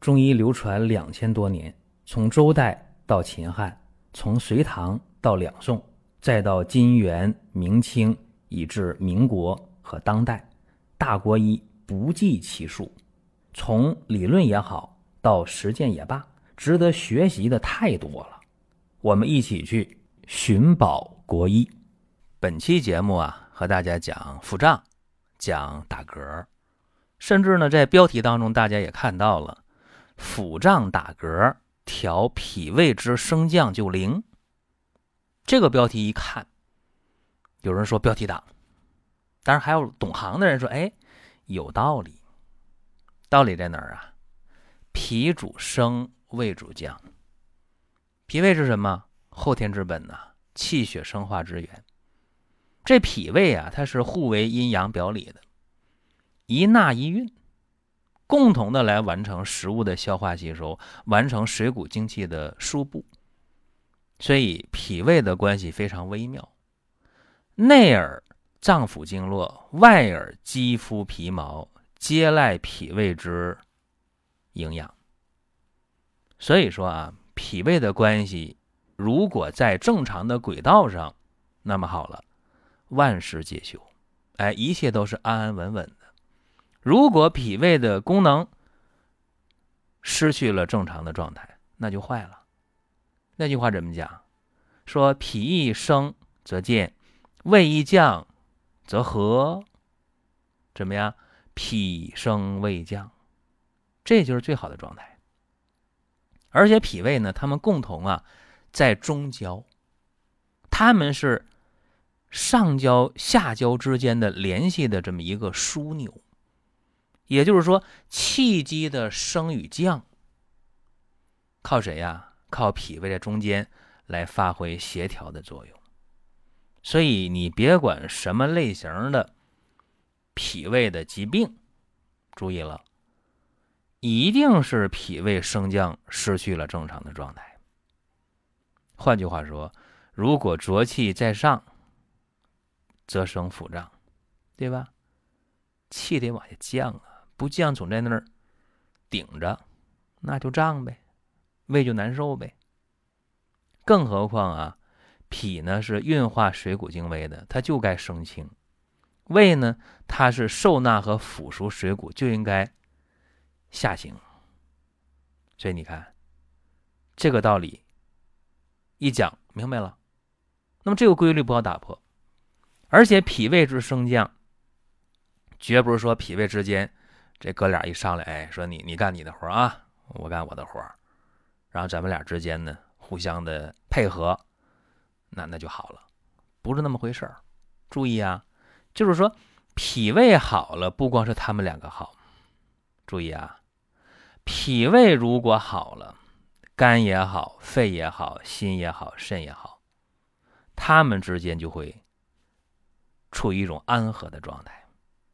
中医流传2000多年，从周代到秦汉，从隋唐到两宋，再到金元明清，以至民国和当代，大国医不计其数。从理论也好，到实践也罢，值得学习的太多了。我们一起去寻宝国医。本期节目和大家讲腹胀，讲打嗝，甚至呢，在标题当中大家也看到了，腹胀打嗝调脾胃之升降就灵。这个标题一看，有人说标题党，当然还有懂行的人说，有道理。道理在哪儿啊？脾主升，胃主降。脾胃是什么？后天之本气血生化之源。这脾胃它是互为阴阳表里的，一纳一运，共同的来完成食物的消化吸收，完成水谷精气的输布。所以脾胃的关系非常微妙，内耳脏腑经络，外耳肌肤皮毛，皆赖脾胃之营养。所以说脾胃的关系如果在正常的轨道上，那么好了，万事皆休，一切都是安安稳稳的。如果脾胃的功能失去了正常的状态，那就坏了。那句话怎么讲？说脾一升则健，胃一降则和。怎么样？脾升胃降，这就是最好的状态。而且脾胃呢，他们共同在中焦，他们是上焦下焦之间的联系的这么一个枢纽。也就是说，气机的升与降靠谁呀？靠脾胃在中间来发挥协调的作用。所以你别管什么类型的脾胃的疾病，注意了，一定是脾胃升降失去了正常的状态。换句话说，如果浊气在上，则生腹胀，对吧？气得往下降不降总在那儿顶着，那就胀呗，胃就难受呗。更何况脾呢是运化水谷精微的，它就该升清；胃呢，它是受纳和腐熟水谷，就应该下行。所以你看，这个道理一讲明白了，那么这个规律不好打破。而且脾胃之升降，绝不是说脾胃之间这哥俩一上来，说你干你的活我干我的活，然后咱们俩之间呢互相的配合，那就好了，不是那么回事儿。注意就是说脾胃好了，不光是他们两个好，注意脾胃如果好了，肝也好，肺也好，心也好，肾也好，他们之间就会处于一种安和的状态。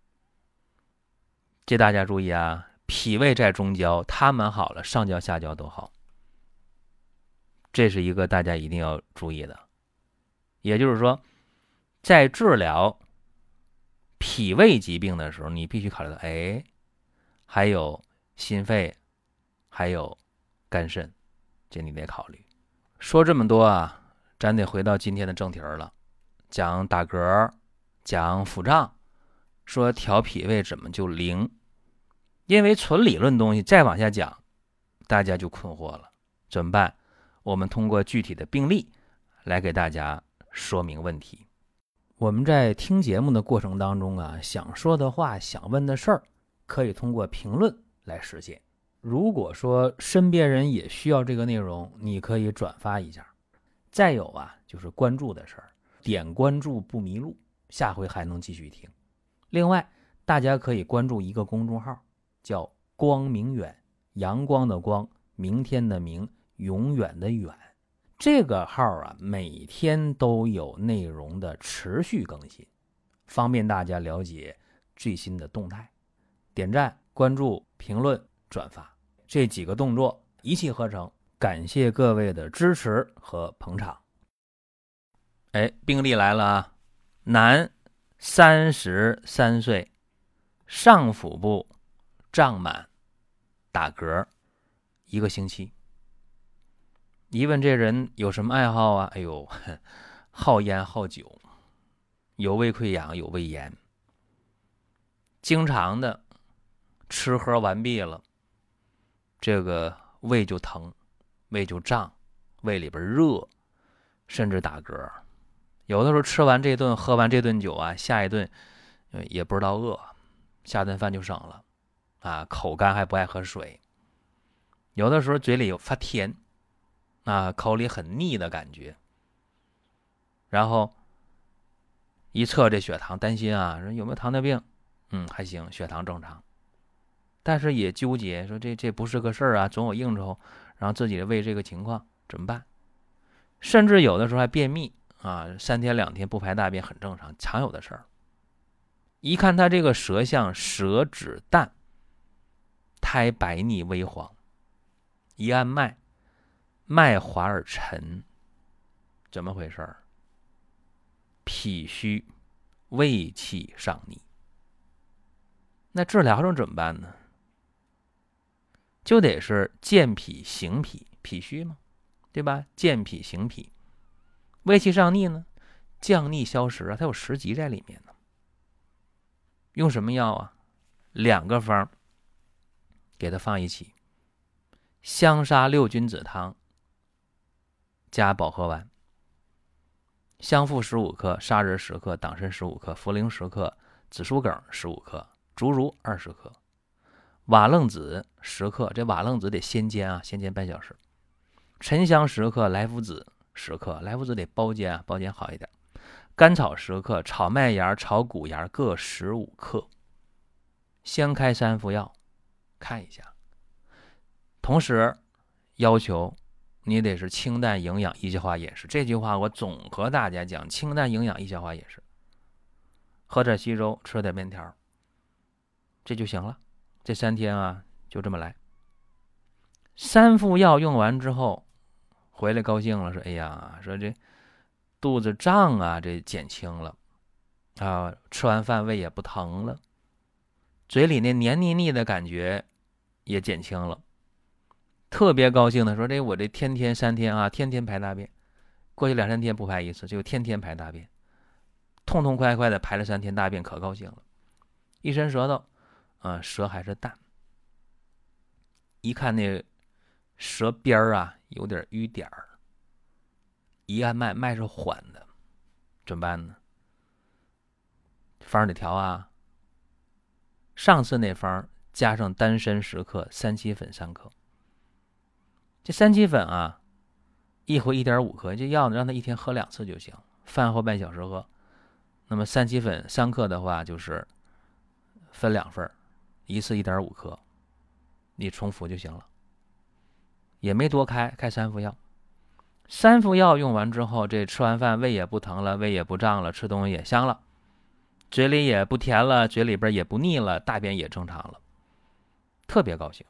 这大家注意脾胃在中焦，他们好了，上焦下焦都好。这是一个大家一定要注意的。也就是说，在治疗脾胃疾病的时候，你必须考虑到还有心肺，还有肝肾，这你得考虑。说这么多咱得回到今天的正题了，讲打嗝，讲腹胀，说调脾胃怎么就灵。因为纯理论东西再往下讲，大家就困惑了，怎么办？我们通过具体的病例来给大家说明问题。我们在听节目的过程当中想说的话，想问的事儿，可以通过评论来实现。如果说身边人也需要这个内容，你可以转发一下。再有就是关注的事儿，点关注不迷路，下回还能继续听。另外，大家可以关注一个公众号，叫光明远，阳光的光，明天的明，永远的远。这个号每天都有内容的持续更新，方便大家了解最新的动态。点赞、关注、评论、转发，这几个动作一气呵成，感谢各位的支持和捧场。病例来了男33岁，上腹部胀满，打嗝， 1个星期。一问这人有什么爱好啊？哎呦，好烟好酒，有胃溃疡，有胃炎，经常的吃喝完毕了，这个胃就疼，胃就胀，胃里边热，甚至打嗝。有的时候吃完这顿，喝完这顿酒啊，下一顿也不知道饿，下顿饭就省了啊，口干还不爱喝水。有的时候嘴里有发甜啊，口里很腻的感觉。然后一测这血糖，担心啊，说有没有糖尿病？还行，血糖正常。但是也纠结，说这不是个事儿啊，总有应酬，然后自己的胃这个情况怎么办？甚至有的时候还便秘啊，3天2天不排大便很正常，常有的事儿。一看他这个舌象，舌质淡，苔白腻微黄，一按脉，脉滑而沉，怎么回事儿？脾虚，胃气上逆。那治疗上怎么办呢？就得是健脾行脾，脾虚嘛，对吧？健脾行脾，胃气上逆呢，降逆消食啊，它有食积在里面呢。用什么药啊？2个方给它放一起，香砂6君子汤加保和丸，香附15克，砂仁10克，党参15克，茯苓10克，紫苏梗15克，竹茹20克，瓦楞子10克，这瓦楞子得先煎啊，先煎半小时。沉香10克，莱菔子10克，莱菔子得包煎啊，包煎好一点。甘草10克，炒麦芽、炒谷芽各15克。先开3副药，看一下。同时要求你得是清淡营养易消化饮食。这句话我总和大家讲，清淡营养易消化饮食，喝点稀粥，吃点面条，这就行了。这3天啊，就这么来。3副药用完之后，回来高兴了，说：“哎呀，说这肚子胀啊，这减轻了啊，吃完饭胃也不疼了，嘴里那黏腻腻的感觉也减轻了。”特别高兴的说：“我这天天3天啊，天天排大便，过去2、3天不排一次，就天天排大便，痛痛快快的排了3天大便，可高兴了。一伸舌头，舌还是淡，一看那舌边啊有点瘀点儿，一按脉，脉是缓的，怎么办呢？方得调啊。上次那方加上丹参10克，三七粉3克。这三七粉啊，一回 1.5 克，这药呢让他一天喝2次就行，饭后半小时喝。那么三七粉3克的话，就是分2份，一次 1.5 克，你重服就行了。也没多开3副药。3副药用完之后，这吃完饭胃也不疼了，胃也不胀了，吃东西也香了，嘴里也不甜了，嘴里边也不腻了，大便也正常了，特别高兴。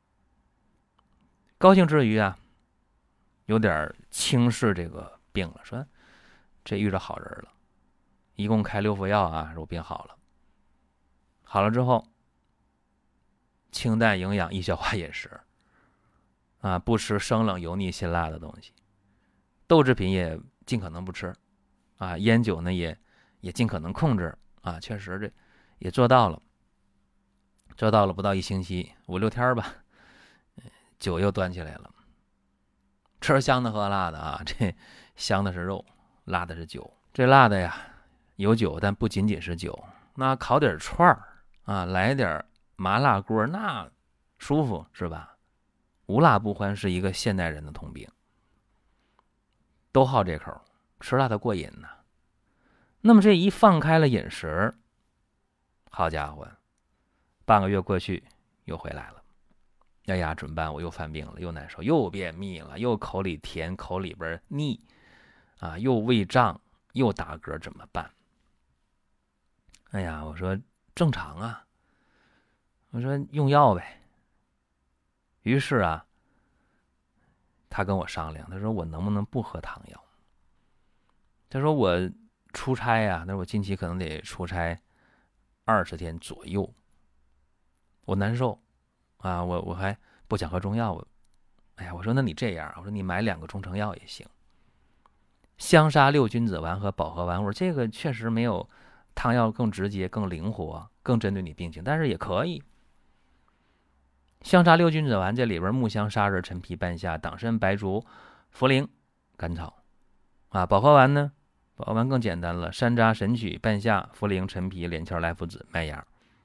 高兴之余啊，有点轻视这个病了，说这遇着好人了。一共开6副药啊，我病好了。好了之后，清淡营养易消化饮食啊，不吃生冷油腻辛辣的东西，豆制品也尽可能不吃啊，烟酒呢也尽可能控制啊，确实这也做到了不到1星期5、6天吧，酒又端起来了，吃香的喝辣的啊，这香的是肉，辣的是酒。这辣的呀有酒，但不仅仅是酒，那烤点串儿啊，来点麻辣锅，那舒服是吧？无辣不欢是一个现代人的通病，都好这口，吃辣的过瘾呢。那么这一放开了饮食，好家伙，半个月过去又回来了。哎呀，怎么办？我又犯病了，又难受，又便秘了，又口里甜，口里边腻啊，又胃胀，又打嗝，怎么办？哎呀，我说正常啊，我说用药呗。于是啊，他跟我商量，他说我能不能不喝汤药？他说我出差啊，那我近期可能得出差20天左右，我难受啊，我还不想喝中药， 哎呀，我说那你这样，我说你买2个中成药也行，香砂六君子丸和保和丸。我说这个确实没有汤药更直接、更灵活、更针对你病情，但是也可以。香砂六君子丸这里边木香、砂仁、陈皮、半夏、党参、白术、茯苓、甘草啊。保和丸呢，保和丸更简单了，山楂、神曲、半夏、茯苓、陈皮、连翘、莱菔子、麦芽。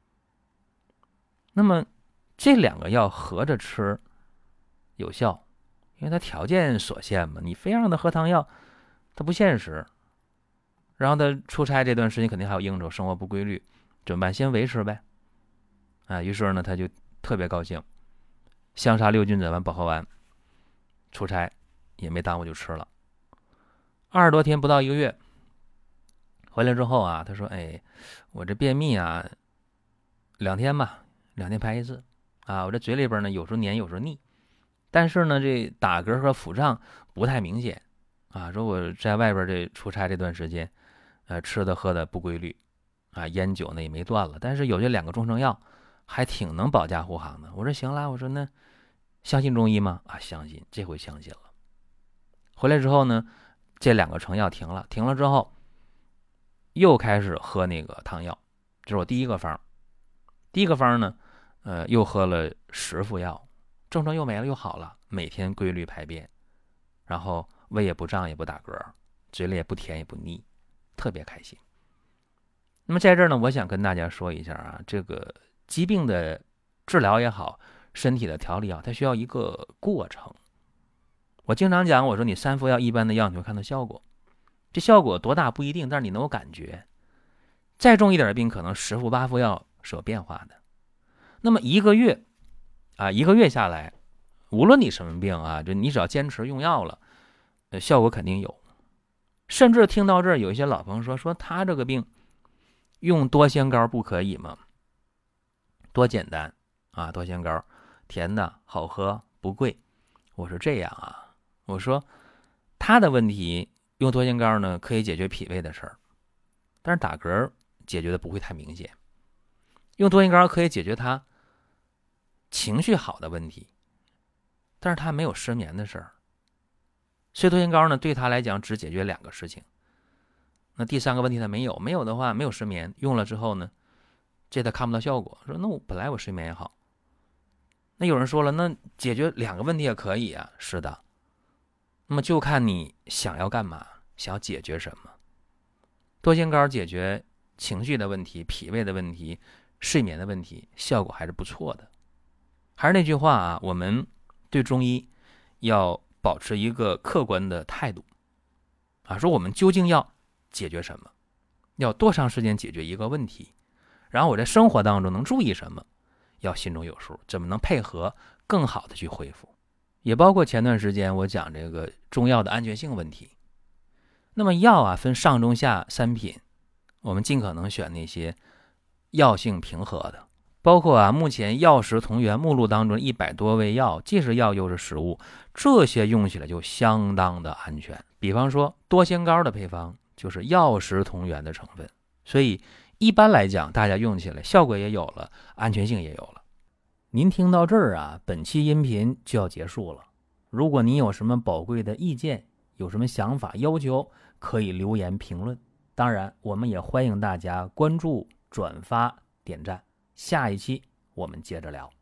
那么这2个药合着吃有效，因为它条件所限嘛，你非让他喝汤药，它不现实。然后他出差这段时间肯定还有应酬，生活不规律，怎么办？先维持呗。啊，于是呢，他就特别高兴，香砂六君子丸、保和丸，出差也没耽误就吃了。20多天不到1个月，回来之后啊，他说：“哎，我这便秘啊，2天吧，2天排1次啊，我这嘴里边呢有时候黏，有时候腻，但是呢这打嗝和腹胀不太明显啊。说我在外边这出差这段时间，吃的喝的不规律啊，烟酒呢也没断了，但是有这2个中成药还挺能保驾护航的。”我说行啦，我说那相信中医吗？啊，相信，这回相信了。回来之后呢，这2个成药停了之后，又开始喝那个汤药，这是我第一个方。第一个方呢，又喝了10副药，症状又没了，又好了，每天规律排便，然后胃也不胀也不打嗝，嘴里也不甜也不腻，特别开心。那么在这儿呢，我想跟大家说一下啊，这个疾病的治疗也好，身体的调理啊，它需要一个过程。我经常讲，我说你3副药一般的药你会看到效果，这效果多大不一定，但是你能有感觉。再重一点的病，可能10副8副药是有变化的。那么1个月啊，1个月下来，无论你什么病啊，就你只要坚持用药了，效果肯定有。甚至听到这儿，有一些老朋友说他这个病用多仙膏不可以吗？多简单啊！多仙膏，甜的，好喝，不贵。我说这样啊，我说他的问题用多仙膏呢，可以解决脾胃的事儿，但是打嗝解决的不会太明显。用多仙膏可以解决他情绪好的问题，但是他没有失眠的事儿。所以多仙膏呢，对他来讲只解决2个事情。那第3个问题他没有的话，没有失眠，用了之后呢，这他看不到效果。说那我本来我睡眠也好。那有人说了，那解决2个问题也可以啊。是的，那么就看你想要干嘛，想要解决什么。多仙膏解决情绪的问题、脾胃的问题、睡眠的问题，效果还是不错的。还是那句话啊，我们对中医要保持一个客观的态度啊，说我们究竟要解决什么，要多长时间解决一个问题，然后我在生活当中能注意什么，要心中有数，怎么能配合更好的去恢复。也包括前段时间我讲这个中药的安全性问题。那么药啊分上中下3品，我们尽可能选那些药性平和的，包括啊目前药食同源目录当中100多味药，既是药又是食物，这些用起来就相当的安全。比方说多仙膏的配方就是药食同源的成分，所以一般来讲大家用起来效果也有了，安全性也有了。您听到这儿啊，本期音频就要结束了。如果您有什么宝贵的意见，有什么想法要求，可以留言评论。当然我们也欢迎大家关注、转发、点赞。下一期我们接着聊。